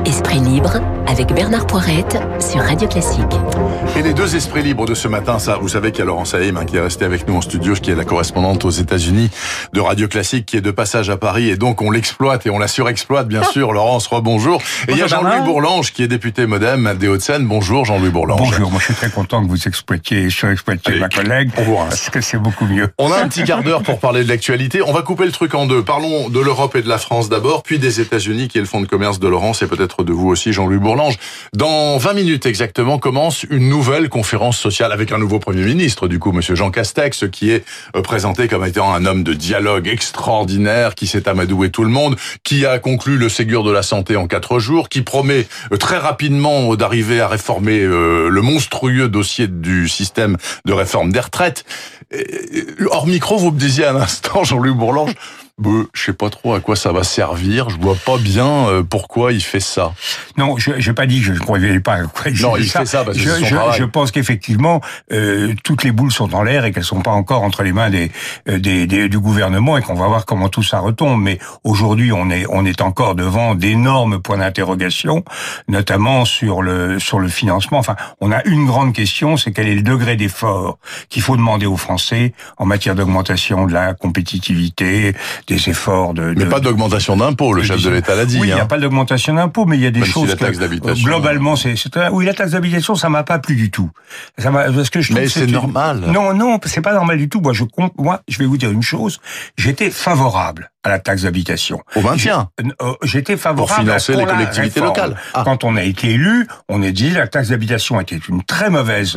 Esprit libre avec Bernard Poirette sur Radio Classique. Et les deux esprits libres de ce matin, ça, vous savez qu'il y a Laurence Haïm qui est restée avec nous en studio, qui est la correspondante aux États-Unis de Radio Classique, qui est de passage à Paris, et donc on l'exploite et on la surexploite, bien sûr. Laurence, rebonjour. Et il y a Jean-Louis Bourlange qui est député MoDem des Hauts-de-Seine. Bonjour Jean-Louis Bourlange. Bonjour, moi je suis très content que vous surexploitiez ma collègue, parce que c'est beaucoup mieux. On a un petit quart d'heure pour parler de l'actualité. On va couper le truc en deux. Parlons de l'Europe et de la France d'abord, puis des États-Unis, qui est le fonds de commerce de Laurence, et peut-être de vous aussi, Jean-Louis Bourlange. Dans 20 minutes exactement, commence une nouvelle conférence sociale avec un nouveau Premier ministre, du coup, Monsieur Jean Castex, qui est présenté comme étant un homme de dialogue extraordinaire, qui sait amadouer tout le monde, qui a conclu le Ségur de la santé en 4 jours, qui promet très rapidement d'arriver à réformer le monstrueux dossier du système de réforme des retraites. Hors micro, vous me disiez à l'instant, Jean-Louis Bourlange, je sais pas trop à quoi ça va servir, je vois pas bien pourquoi il fait ça. Non, je n'ai pas dit, je ne croyais pas à quoi il fait ça parce que c'est son travail. Je pense qu'effectivement, toutes les boules sont en l'air et qu'elles sont pas encore entre les mains du gouvernement et qu'on va voir comment tout ça retombe. Mais aujourd'hui, on est encore devant d'énormes points d'interrogation, notamment sur le financement. Enfin, on a une grande question, c'est quel est le degré d'effort qu'il faut demander aux Français en matière d'augmentation de la compétitivité, des efforts Mais pas d'augmentation d'impôts, le chef de l'État l'a dit. Oui, il n'y a pas d'augmentation d'impôts, mais il y a des choses la taxe d'habitation, globalement, oui, la taxe d'habitation, ça m'a pas plu du tout. Parce que je trouve mais c'est normal. Non, c'est pas normal du tout. Moi, je vais vous dire une chose. J'étais favorable à la taxe d'habitation. Au maintien. J'étais favorable pour financer les collectivités locales. Quand on a été élu, on a dit la taxe d'habitation était une très mauvaise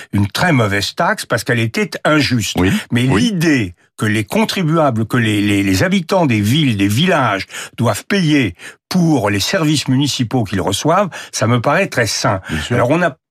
taxe parce qu'elle était injuste. Oui. Mais l'idée que les contribuables, que les habitants des villes, des villages doivent payer pour les services municipaux qu'ils reçoivent, ça me paraît très sain. Alors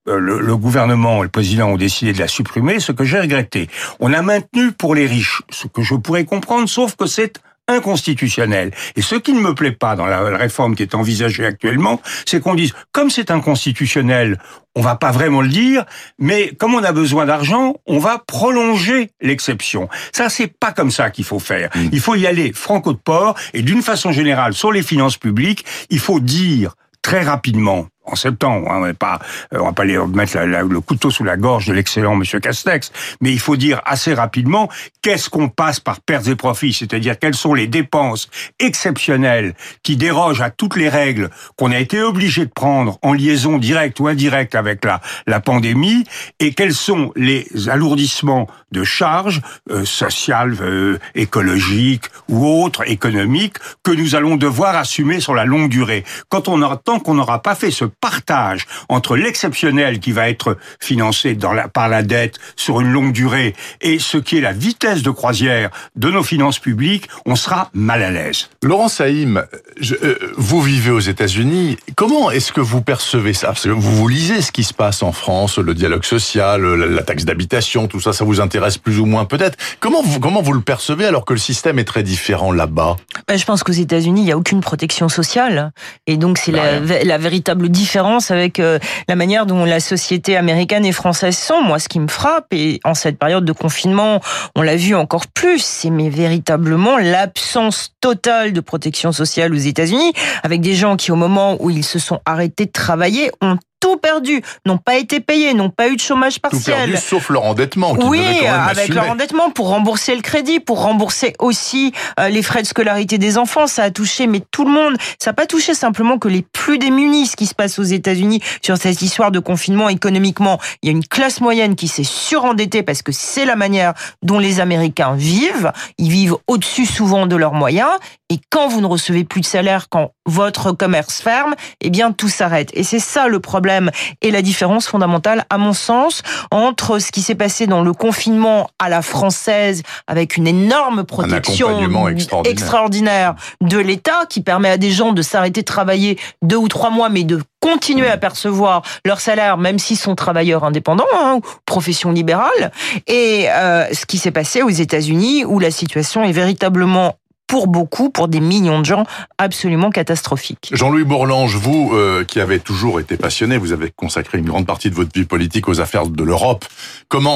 le gouvernement et le président ont décidé de la supprimer, ce que j'ai regretté. On a maintenu pour les riches, ce que je pourrais comprendre, sauf que c'est inconstitutionnel. Et ce qui ne me plaît pas dans la réforme qui est envisagée actuellement, c'est qu'on dise, comme c'est inconstitutionnel, on va pas vraiment le dire, mais comme on a besoin d'argent, on va prolonger l'exception. Ça, c'est pas comme ça qu'il faut faire. Il faut y aller franco de port, et d'une façon générale, sur les finances publiques, il faut dire très rapidement, en septembre, on va pas les mettre le couteau sous la gorge de l'excellent Monsieur Castex, mais il faut dire assez rapidement qu'est-ce qu'on passe par pertes et profits, c'est-à-dire quelles sont les dépenses exceptionnelles qui dérogent à toutes les règles qu'on a été obligé de prendre en liaison directe ou indirecte avec la pandémie, et quels sont les alourdissements de charges sociales, écologiques ou autres, économiques, que nous allons devoir assumer sur la longue durée. Tant qu'on n'aura pas fait ce partage entre l'exceptionnel qui va être financé par la dette sur une longue durée et ce qui est la vitesse de croisière de nos finances publiques, on sera mal à l'aise. Laurence Haïm, vous vivez aux États-Unis. Comment est-ce que vous percevez ça? Parce que vous lisez ce qui se passe en France, le dialogue social, la taxe d'habitation, tout ça, ça vous intéresse plus ou moins peut-être. Comment vous le percevez alors que le système est très différent là-bas? Je pense qu'aux États-Unis, il n'y a aucune protection sociale. Et donc, c'est la véritable différence avec la manière dont la société américaine et française sont. Moi, ce qui me frappe, et en cette période de confinement, on l'a vu encore plus, c'est véritablement l'absence totale de protection sociale aux États-Unis, avec des gens qui, au moment où ils se sont arrêtés de travailler, ont tout perdu, n'ont pas été payés, n'ont pas eu de chômage partiel. Tout perdu, sauf leur endettement. Oui, avec leur endettement, pour rembourser le crédit, pour rembourser aussi les frais de scolarité des enfants. Ça a touché tout le monde. Ça n'a pas touché simplement que les plus démunis, ce qui se passe aux États-Unis sur cette histoire de confinement économiquement. Il y a une classe moyenne qui s'est surendettée parce que c'est la manière dont les Américains vivent. Ils vivent au-dessus souvent de leurs moyens. Et quand vous ne recevez plus de salaire, quand votre commerce ferme, eh bien tout s'arrête. Et c'est ça le problème et la différence fondamentale, à mon sens, entre ce qui s'est passé dans le confinement à la française, avec une énorme protection extraordinaire de l'État, qui permet à des gens de s'arrêter de travailler 2 ou 3 mois, mais de continuer à percevoir leur salaire, même s'ils sont travailleurs indépendants, ou profession libérale, et ce qui s'est passé aux États-Unis, où la situation est véritablement, pour beaucoup, pour des millions de gens, absolument catastrophique. Jean-Louis Bourlange, vous qui avez toujours été passionné, vous avez consacré une grande partie de votre vie politique aux affaires de l'Europe, commence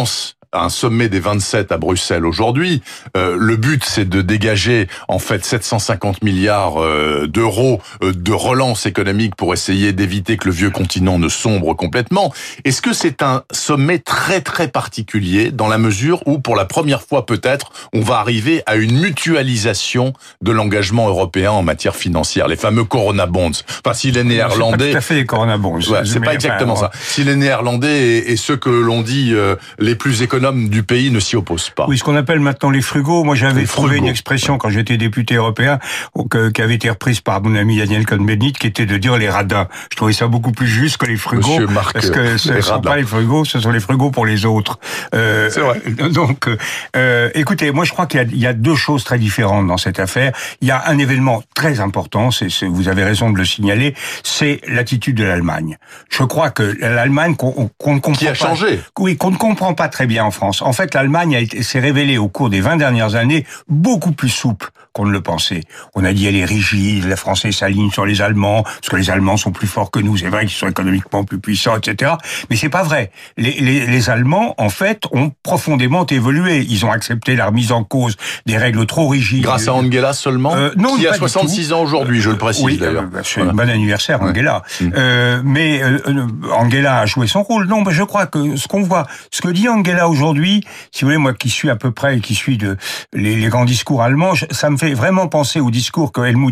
un sommet des 27 à Bruxelles aujourd'hui. Le but, c'est de dégager en fait 750 milliards d'euros de relance économique pour essayer d'éviter que le vieux continent ne sombre complètement. Est-ce que c'est un sommet très très particulier dans la mesure où, pour la première fois peut-être, on va arriver à une mutualisation de l'engagement européen en matière financière, les fameux Corona Bonds. Enfin, si les Néerlandais... C'est pas tout à fait les Corona Bonds. Ouais, c'est pas exactement ça. Si les Néerlandais et ceux que l'on dit les plus économes du pays ne s'y opposent pas. Oui, ce qu'on appelle maintenant les frugaux. Moi, j'avais trouvé une expression quand j'étais député européen qui avait été reprise par mon ami Daniel Cohn-Bendit, qui était de dire les radins. Je trouvais ça beaucoup plus juste que les frugaux. Monsieur Marc, parce que ce ne sont pas les frugaux, ce sont les frugaux pour les autres. C'est vrai. Donc, écoutez, moi, je crois qu'il y a deux choses très différentes dans cette affaire. Il y a un événement très important, vous avez raison de le signaler, c'est l'attitude de l'Allemagne. Je crois que l'Allemagne qu'on ne comprend pas... Qui a changé. Oui, qu'on ne comprend pas très bien en France. En fait, l'Allemagne s'est révélée au cours des 20 dernières années beaucoup plus souple qu'on ne le pensait. On a dit elle est rigide, la France s'aligne sur les Allemands, parce que les Allemands sont plus forts que nous, c'est vrai qu'ils sont économiquement plus puissants, etc. Mais c'est pas vrai. Les Allemands, en fait, ont profondément évolué. Ils ont accepté la remise en cause des règles trop rigides. Grâce à Angela seulement, non, qui a 66 ans aujourd'hui, je le précise oui, d'ailleurs. C'est un bon anniversaire, Angela. Mais Angela a joué son rôle. Non, je crois que ce que dit Angela aujourd'hui, si vous voulez, moi qui suis à peu près, qui suis les grands discours allemands, ça me fait vraiment penser au discours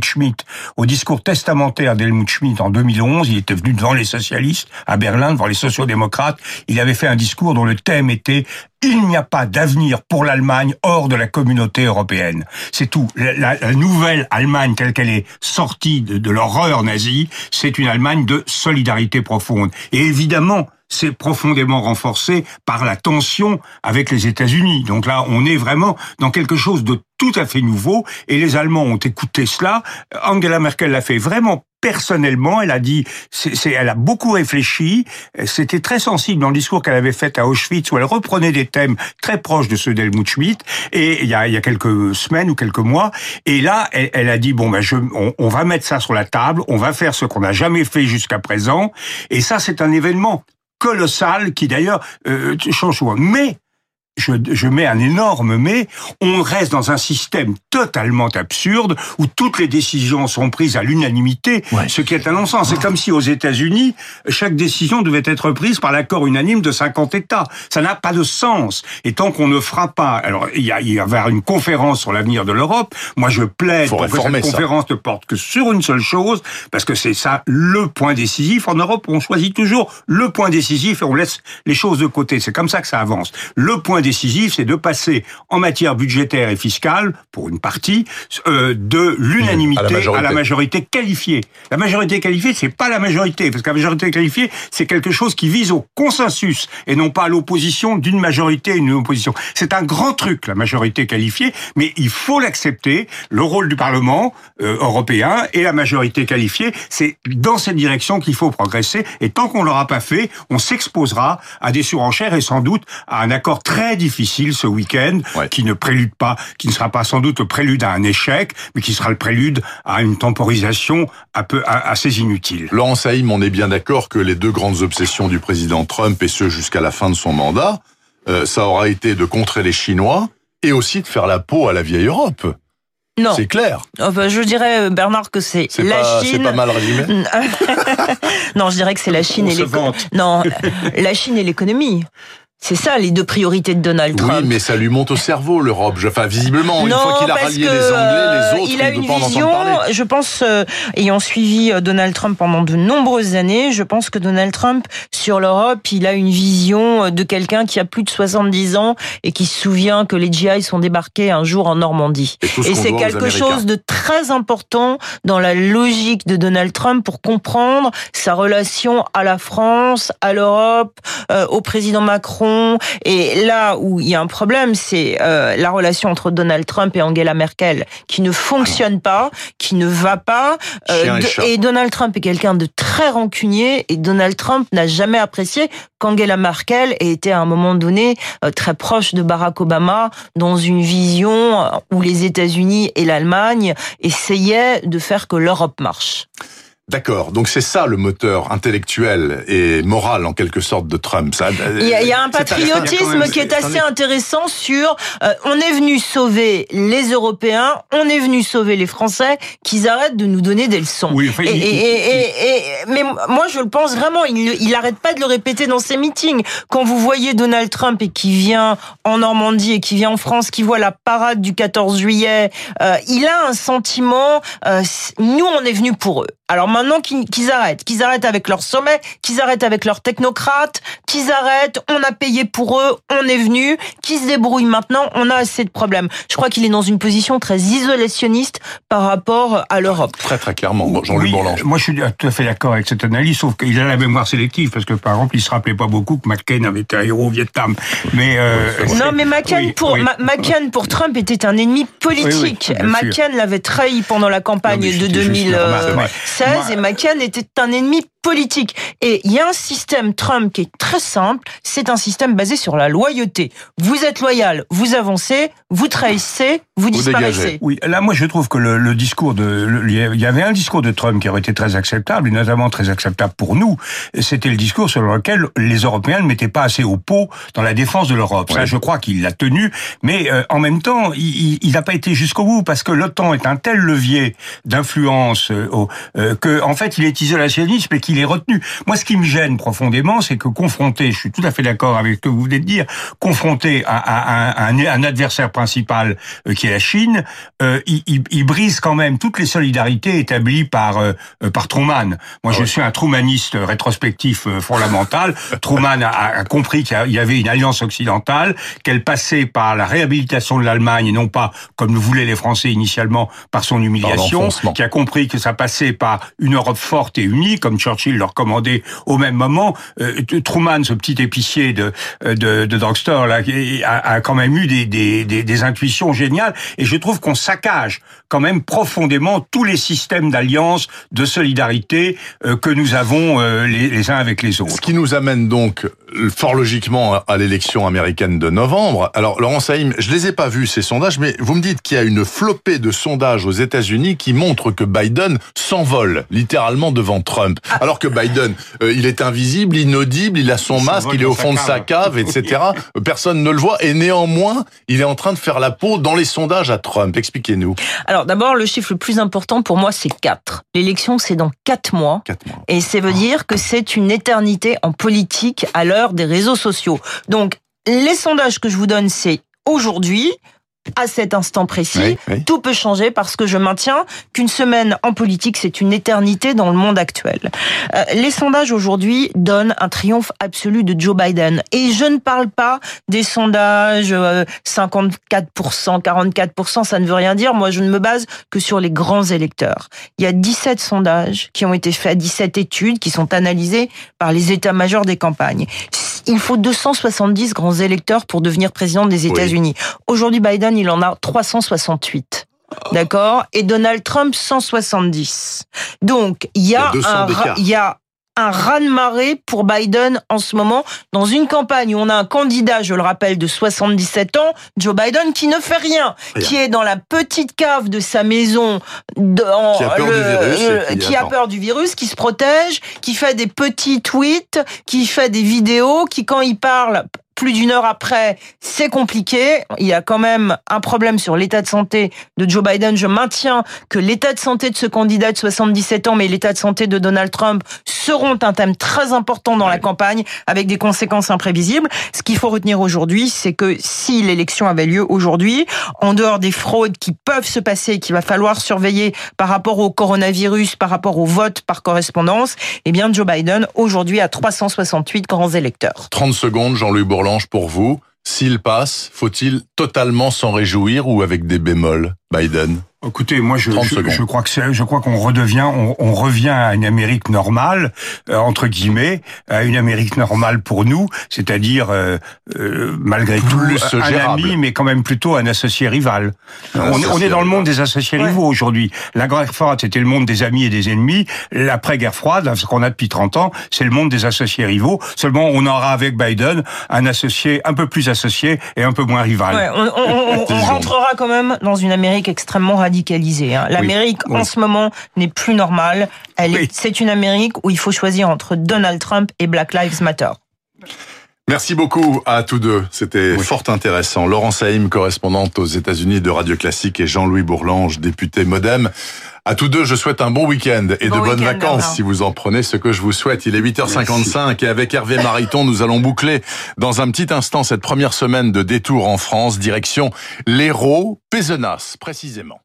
au discours testamentaire d'Helmut Schmidt en 2011. Il était venu devant les socialistes à Berlin, devant les sociaux-démocrates. Il avait fait un discours dont le thème était « Il n'y a pas d'avenir pour l'Allemagne hors de la communauté européenne ». C'est tout. La nouvelle Allemagne telle qu'elle est sortie de l'horreur nazie, c'est une Allemagne de solidarité profonde. Et évidemment, c'est profondément renforcé par la tension avec les États-Unis. Donc là, on est vraiment dans quelque chose de tout à fait nouveau, et les Allemands ont écouté cela. Angela Merkel l'a fait vraiment personnellement, elle a dit, elle a beaucoup réfléchi, c'était très sensible dans le discours qu'elle avait fait à Auschwitz, où elle reprenait des thèmes très proches de ceux d'Helmut Schmidt, et il y a quelques semaines ou quelques mois, et là, elle a dit, on va mettre ça sur la table, on va faire ce qu'on n'a jamais fait jusqu'à présent, et ça, c'est un événement colossal qui d'ailleurs change souvent. Mais je mets un énorme mais, on reste dans un système totalement absurde où toutes les décisions sont prises à l'unanimité, ce qui est un non-sens. C'est comme si aux États-Unis, chaque décision devait être prise par l'accord unanime de 50 États. Ça n'a pas de sens. Et tant qu'on ne fera pas... Alors, il va y avoir une conférence sur l'avenir de l'Europe. Moi, je plaide pour que cette conférence ne porte que sur une seule chose, parce que c'est ça le point décisif. En Europe, on choisit toujours le point décisif et on laisse les choses de côté. C'est comme ça que ça avance. Le point décisif, c'est de passer en matière budgétaire et fiscale, pour une partie, de l'unanimité à la majorité qualifiée. La majorité qualifiée, c'est pas la majorité, parce que la majorité qualifiée, c'est quelque chose qui vise au consensus, et non pas à l'opposition d'une majorité à une opposition. C'est un grand truc, la majorité qualifiée, mais il faut l'accepter. Le rôle du Parlement européen et la majorité qualifiée, c'est dans cette direction qu'il faut progresser, et tant qu'on l'aura pas fait, on s'exposera à des surenchères et sans doute à un accord très difficile ce week-end, qui ne prélude pas, qui ne sera pas sans doute le prélude à un échec, mais qui sera le prélude à une temporisation assez inutile. Laurent Saïm, on est bien d'accord que les deux grandes obsessions du président Trump, et ce jusqu'à la fin de son mandat, ça aura été de contrer les Chinois et aussi de faire la peau à la vieille Europe. Non. C'est clair. Enfin, je dirais, Bernard, que c'est la Chine. C'est pas mal résumé. Non, je dirais que c'est la Chine et l'économie. Non, la Chine et l'économie. C'est ça, les deux priorités de Donald Trump. Oui, mais ça lui monte au cerveau, l'Europe. Enfin, visiblement, une fois qu'il a rallié les Anglais, les autres, il a une vision, parler. je pense, ayant suivi Donald Trump pendant de nombreuses années, je pense que Donald Trump, sur l'Europe, il a une vision de quelqu'un qui a plus de 70 ans et qui se souvient que les GI sont débarqués un jour en Normandie. Et c'est quelque chose de très important dans la logique de Donald Trump pour comprendre sa relation à la France, à l'Europe, au président Macron. Et là où il y a un problème, c'est la relation entre Donald Trump et Angela Merkel qui ne fonctionne pas, qui ne va pas. Et Donald Trump est quelqu'un de très rancunier, et Donald Trump n'a jamais apprécié qu'Angela Merkel ait été à un moment donné très proche de Barack Obama dans une vision où les États-Unis et l'Allemagne essayaient de faire que l'Europe marche. D'accord, donc c'est ça le moteur intellectuel et moral en quelque sorte de Trump. Ça, il y a un patriotisme qui est assez intéressant sur on est venu sauver les Européens, on est venu sauver les Français, qu'ils arrêtent de nous donner des leçons. Oui, enfin, mais moi je le pense vraiment, il arrête pas de le répéter dans ses meetings. Quand vous voyez Donald Trump et qui vient en Normandie et qui vient en France, qui voit la parade du 14 juillet, il a un sentiment, nous on est venus pour eux. Alors maintenant qu'ils arrêtent avec leur sommet, qu'ils arrêtent avec leurs technocrates, qu'ils arrêtent, on a payé pour eux, on est venu, qu'ils se débrouillent maintenant, on a assez de problèmes. Je crois qu'il est dans une position très isolationniste par rapport à l'Europe. Très très clairement, Jean-Luc Bourlange. Moi je suis tout à fait d'accord avec cette analyse, sauf qu'il a la mémoire sélective, parce que par exemple il se rappelait pas beaucoup que McCain avait été un héros au Vietnam. Mais non, mais McCain pour Trump était un ennemi politique. McCain l'avait trahi pendant la campagne de 2016 et McCain était un ennemi politique. Et il y a un système Trump qui est très simple, c'est un système basé sur la loyauté. Vous êtes loyal, vous avancez, vous trahissez, vous disparaissez. Dégagez. Oui, là moi je trouve que le discours il y avait un discours de Trump qui aurait été très acceptable, et notamment très acceptable pour nous, c'était le discours selon lequel les Européens ne mettaient pas assez au pot dans la défense de l'Europe. Ça, je crois qu'il l'a tenu, mais en même temps, il n'a pas été jusqu'au bout, parce que l'OTAN est un tel levier d'influence que en fait il est isolationniste, mais qu'il est retenu. Moi, ce qui me gêne profondément, c'est que confronté, je suis tout à fait d'accord avec ce que vous venez de dire, confronté à un adversaire principal qui est la Chine, il brise quand même toutes les solidarités établies par Truman. Moi, je suis un trumaniste rétrospectif fondamental. Truman a compris qu'il y avait une alliance occidentale, qu'elle passait par la réhabilitation de l'Allemagne et non pas, comme le voulaient les Français initialement, par son humiliation, qui a compris que ça passait par une Europe forte et unie, comme Churchill leur commandait au même moment. Truman, ce petit épicier de drugstore là, a quand même eu des intuitions géniales, et je trouve qu'on saccage quand même profondément tous les systèmes d'alliance, de solidarité que nous avons les uns avec les autres. Ce qui nous amène donc fort logiquement à l'élection américaine de novembre. Alors Laurent Saïm, je les ai pas vus ces sondages, mais vous me dites qu'il y a une flopée de sondages aux États-Unis qui montrent que Biden s'envole littéralement devant Trump. Alors que Biden, il est invisible, inaudible, il a son masque, il est au fond de sa cave, etc. Personne ne le voit, et néanmoins, il est en train de faire la peau dans les sondages à Trump. Expliquez-nous. Alors d'abord, le chiffre le plus important pour moi, c'est 4. L'élection, c'est dans 4 mois. 4 mois. Et ça veut dire que c'est une éternité en politique à l'heure des réseaux sociaux. Donc, les sondages que je vous donne, c'est aujourd'hui, à cet instant précis. Oui. Tout peut changer, parce que je maintiens qu'une semaine en politique, c'est une éternité dans le monde actuel. Les sondages aujourd'hui donnent un triomphe absolu de Joe Biden. Et je ne parle pas des sondages 54%, 44%, ça ne veut rien dire. Moi, je ne me base que sur les grands électeurs. Il y a 17 sondages qui ont été faits, 17 études qui sont analysées par les états-majors des campagnes. Il faut 270 grands électeurs pour devenir président des États-Unis. Aujourd'hui, Biden, il en a 368. D'accord? Et Donald Trump, 170. Donc, il y a un raz-de-marée pour Biden en ce moment, dans une campagne où on a un candidat, je le rappelle, de 77 ans, Joe Biden, qui ne fait rien. Qui est dans la petite cave de sa maison, qui a peur du virus, qui se protège, qui fait des petits tweets, qui fait des vidéos, qui, quand il parle, plus d'une heure après, c'est compliqué. Il y a quand même un problème sur l'état de santé de Joe Biden. Je maintiens que l'état de santé de ce candidat de 77 ans, mais l'état de santé de Donald Trump seront un thème très important dans la campagne, avec des conséquences imprévisibles. Ce qu'il faut retenir aujourd'hui, c'est que si l'élection avait lieu aujourd'hui, en dehors des fraudes qui peuvent se passer, qu'il va falloir surveiller par rapport au coronavirus, par rapport au vote par correspondance, eh bien Joe Biden aujourd'hui a 368 grands électeurs. 30 secondes, Jean-Luc Bourlange, pour vous. S'il passe, faut-il totalement s'en réjouir ou avec des bémols, Biden ? Écoutez, moi je crois qu'on revient à une Amérique normale, entre guillemets, à une Amérique normale pour nous, c'est-à-dire malgré tout un ami, mais quand même plutôt un associé rival. On est dans le monde des associés rivaux aujourd'hui. La guerre froide, c'était le monde des amis et des ennemis. L'après-guerre froide, ce qu'on a depuis 30 ans, c'est le monde des associés rivaux. Seulement, on aura avec Biden un associé un peu plus associé et un peu moins rival. Ouais, on rentrera quand même dans une Amérique Amérique extrêmement radicalisée. L'Amérique, en ce moment, n'est plus normale. C'est une Amérique où il faut choisir entre Donald Trump et Black Lives Matter. Merci beaucoup à tous deux. C'était fort intéressant. Laurence Haïm, correspondante aux États-Unis de Radio Classique, et Jean-Louis Bourlange, député MoDem. À tous deux, je souhaite un bon week-end et de bonnes vacances si vous en prenez, ce que je vous souhaite. Il est 8h55 Merci. Et avec Hervé Mariton, nous allons boucler dans un petit instant cette première semaine de détour en France, direction l'Hérault, Pézenas précisément.